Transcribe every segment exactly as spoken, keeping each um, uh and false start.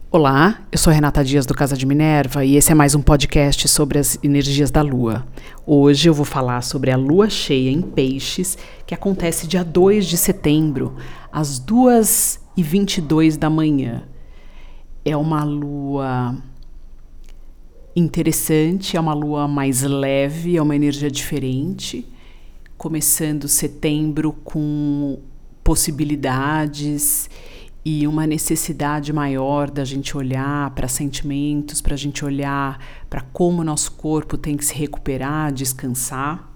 Olá, eu sou Renata Dias do Casa de Minerva e esse é mais um podcast sobre as energias da Lua. Hoje eu vou falar sobre a Lua cheia em Peixes, que acontece dia dois de setembro, às duas e vinte e dois da manhã. É uma lua interessante, é uma lua mais leve, é uma energia diferente, começando setembro com possibilidades e uma necessidade maior da gente olhar para sentimentos, para a gente olhar para como o nosso corpo tem que se recuperar, descansar.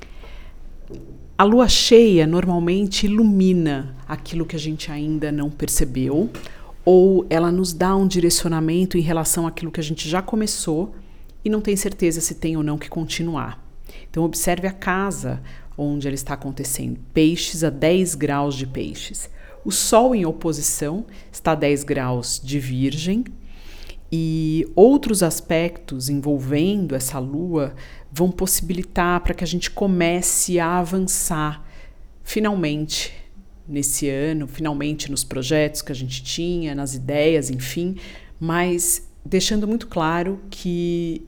A lua cheia normalmente ilumina aquilo que a gente ainda não percebeu, ou ela nos dá um direcionamento em relação àquilo que a gente já começou e não tem certeza se tem ou não que continuar. Então observe a casa onde ela está acontecendo. Peixes a dez graus de Peixes. O Sol em oposição está a dez graus de Virgem e outros aspectos envolvendo essa lua vão possibilitar para que a gente comece a avançar finalmente nesse ano, finalmente nos projetos que a gente tinha, nas ideias, enfim, mas deixando muito claro que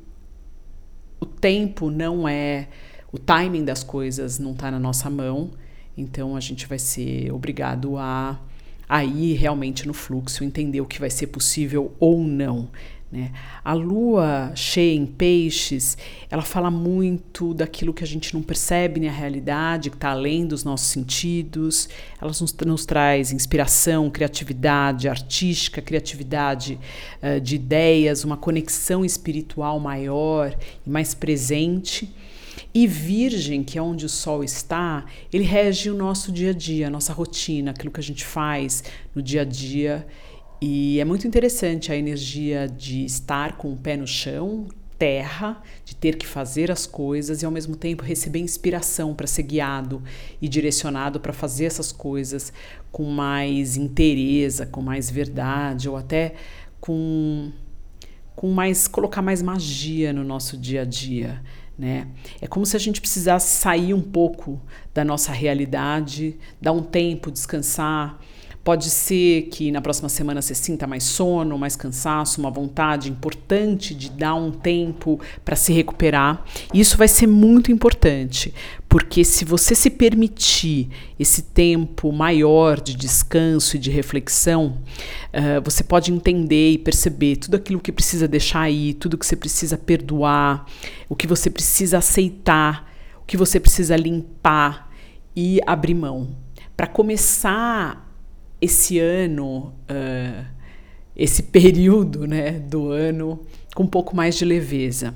o tempo não é, o timing das coisas não está na nossa mão. Então a gente vai ser obrigado a, a ir realmente no fluxo, entender o que vai ser possível ou não, né? A lua cheia em Peixes, ela fala muito daquilo que a gente não percebe na realidade, que está além dos nossos sentidos. Ela nos, nos traz inspiração, criatividade artística, criatividade uh, de ideias, uma conexão espiritual maior e mais presente. E Virgem, que é onde o Sol está, ele rege o nosso dia a dia, a nossa rotina, aquilo que a gente faz no dia a dia. E é muito interessante a energia de estar com o pé no chão, terra, de ter que fazer as coisas e ao mesmo tempo receber inspiração para ser guiado e direcionado para fazer essas coisas com mais inteireza, com mais verdade ou até com, com mais, colocar mais magia no nosso dia a dia. Né? É como se a gente precisasse sair um pouco da nossa realidade, dar um tempo, descansar. Pode ser que na próxima semana você sinta mais sono, mais cansaço, uma vontade importante de dar um tempo para se recuperar. E isso vai ser muito importante, porque se você se permitir esse tempo maior de descanso e de reflexão, uh, você pode entender e perceber tudo aquilo que precisa deixar aí, tudo que você precisa perdoar, o que você precisa aceitar, o que você precisa limpar e abrir mão. Para começar esse ano, uh, esse período, né, do ano com um pouco mais de leveza.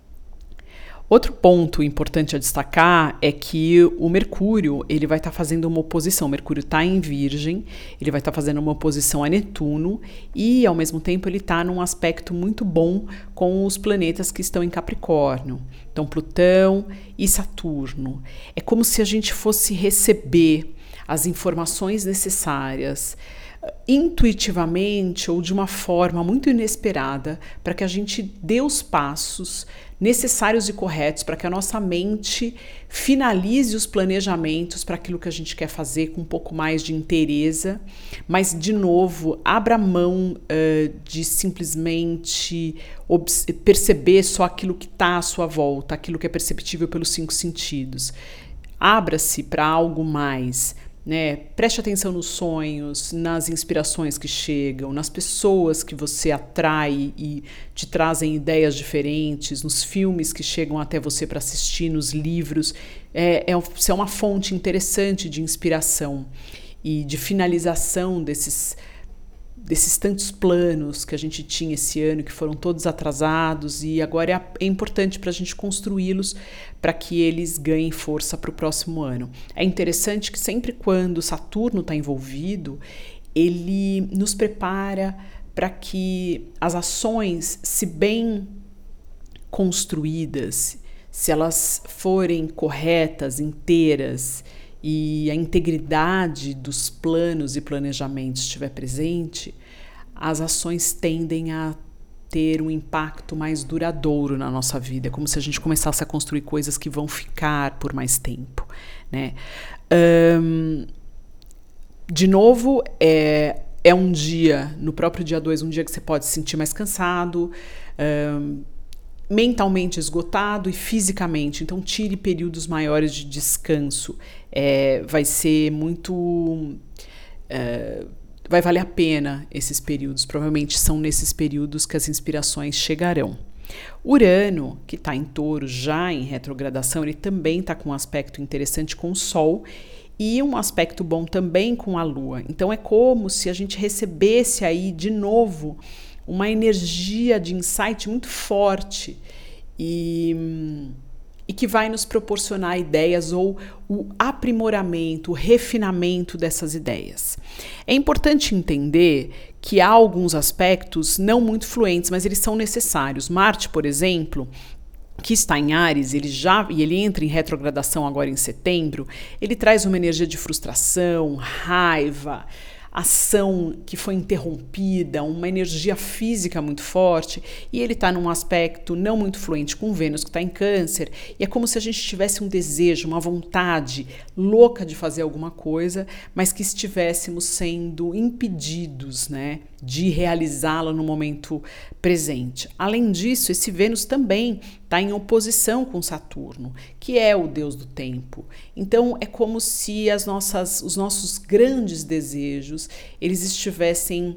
Outro ponto importante a destacar é que o Mercúrio ele vai estar tá fazendo uma oposição. O Mercúrio está em Virgem, ele vai estar tá fazendo uma oposição a Netuno e, ao mesmo tempo, ele está num aspecto muito bom com os planetas que estão em Capricórnio. Então, Plutão e Saturno. É como se a gente fosse receber as informações necessárias intuitivamente ou de uma forma muito inesperada para que a gente dê os passos necessários e corretos para que a nossa mente finalize os planejamentos para aquilo que a gente quer fazer com um pouco mais de inteireza, mas de novo abra mão uh, de simplesmente perceber só aquilo que está à sua volta, aquilo que é perceptível pelos cinco sentidos. Abra-se para algo mais. Né? Preste atenção nos sonhos, nas inspirações que chegam, nas pessoas que você atrai e te trazem ideias diferentes, nos filmes que chegam até você para assistir, nos livros. É, é, é uma fonte interessante de inspiração e de finalização desses, desses tantos planos que a gente tinha esse ano, que foram todos atrasados, e agora é, é importante para a gente construí-los para que eles ganhem força para o próximo ano. É interessante que sempre quando Saturno está envolvido, ele nos prepara para que as ações, se bem construídas, se elas forem corretas, inteiras, e a integridade dos planos e planejamentos estiver presente, as ações tendem a ter um impacto mais duradouro na nossa vida. É como se a gente começasse a construir coisas que vão ficar por mais tempo, né? Um, de novo, é, é um dia, no próprio dia dois, um dia que você pode se sentir mais cansado, um, mentalmente esgotado e fisicamente. Então, tire períodos maiores de descanso. É, vai ser muito... É, vai valer a pena esses períodos. Provavelmente são nesses períodos que as inspirações chegarão. Urano, que está em Touro, já em retrogradação, ele também está com um aspecto interessante com o Sol e um aspecto bom também com a Lua. Então, é como se a gente recebesse aí de novo uma energia de insight muito forte e, e que vai nos proporcionar ideias ou o aprimoramento, o refinamento dessas ideias. É importante entender que há alguns aspectos não muito fluentes, mas eles são necessários. Marte, por exemplo, que está em Áries, ele já, e ele entra em retrogradação agora em setembro, ele traz uma energia de frustração, raiva, ação que foi interrompida, uma energia física muito forte, e ele está num aspecto não muito fluente com Vênus, que está em Câncer, e é como se a gente tivesse um desejo, uma vontade louca de fazer alguma coisa, mas que estivéssemos sendo impedidos, né, de realizá-la no momento presente. Além disso, esse Vênus também está em oposição com Saturno, que é o deus do tempo. Então, é como se as nossas, os nossos grandes desejos, eles estivessem...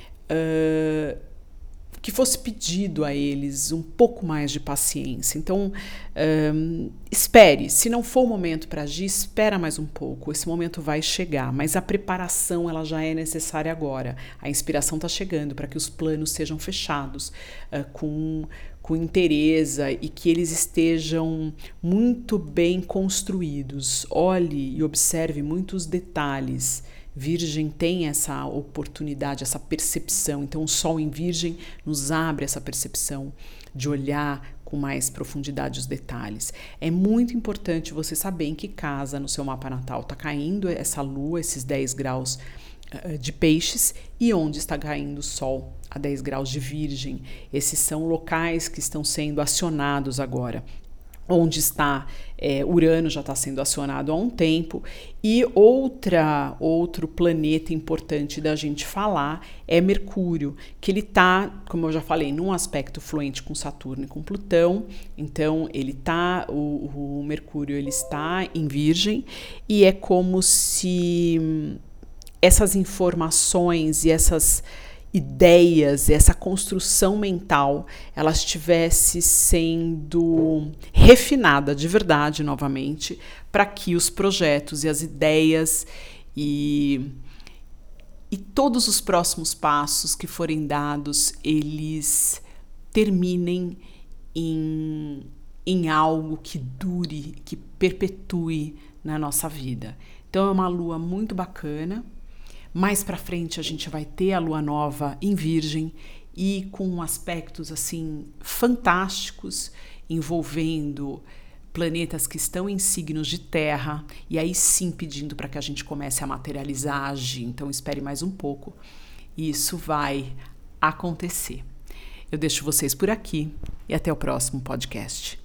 Uh, que fosse pedido a eles um pouco mais de paciência. Então, um, espere. Se não for o momento para agir, espera mais um pouco. Esse momento vai chegar, mas a preparação ela já é necessária agora. A inspiração está chegando para que os planos sejam fechados uh, com, com inteireza e que eles estejam muito bem construídos. Olhe e observe muitos detalhes. Virgem tem essa oportunidade, essa percepção. Então, o Sol em Virgem nos abre essa percepção de olhar com mais profundidade os detalhes. É muito importante você saber em que casa no seu mapa natal está caindo essa Lua, esses dez graus uh, de Peixes, e onde está caindo o Sol a dez graus de Virgem. Esses são locais que estão sendo acionados agora. Onde está é, Urano já está sendo acionado há um tempo, e outra, outro planeta importante da gente falar é Mercúrio, que ele está, como eu já falei, num aspecto fluente com Saturno e com Plutão. Então ele tá, o, o Mercúrio ele está em Virgem, e é como se essas informações e essas ideias, essa construção mental, ela estivesse sendo refinada de verdade novamente, para que os projetos e as ideias e, e todos os próximos passos que forem dados, eles terminem em, em algo que dure, que perpetue na nossa vida. Então é uma lua muito bacana. Mais para frente a gente vai ter a lua nova em Virgem e com aspectos assim fantásticos envolvendo planetas que estão em signos de terra, e aí sim pedindo para que a gente comece a materializar, a agir. Então espere mais um pouco e isso vai acontecer. Eu deixo vocês por aqui e até o próximo podcast.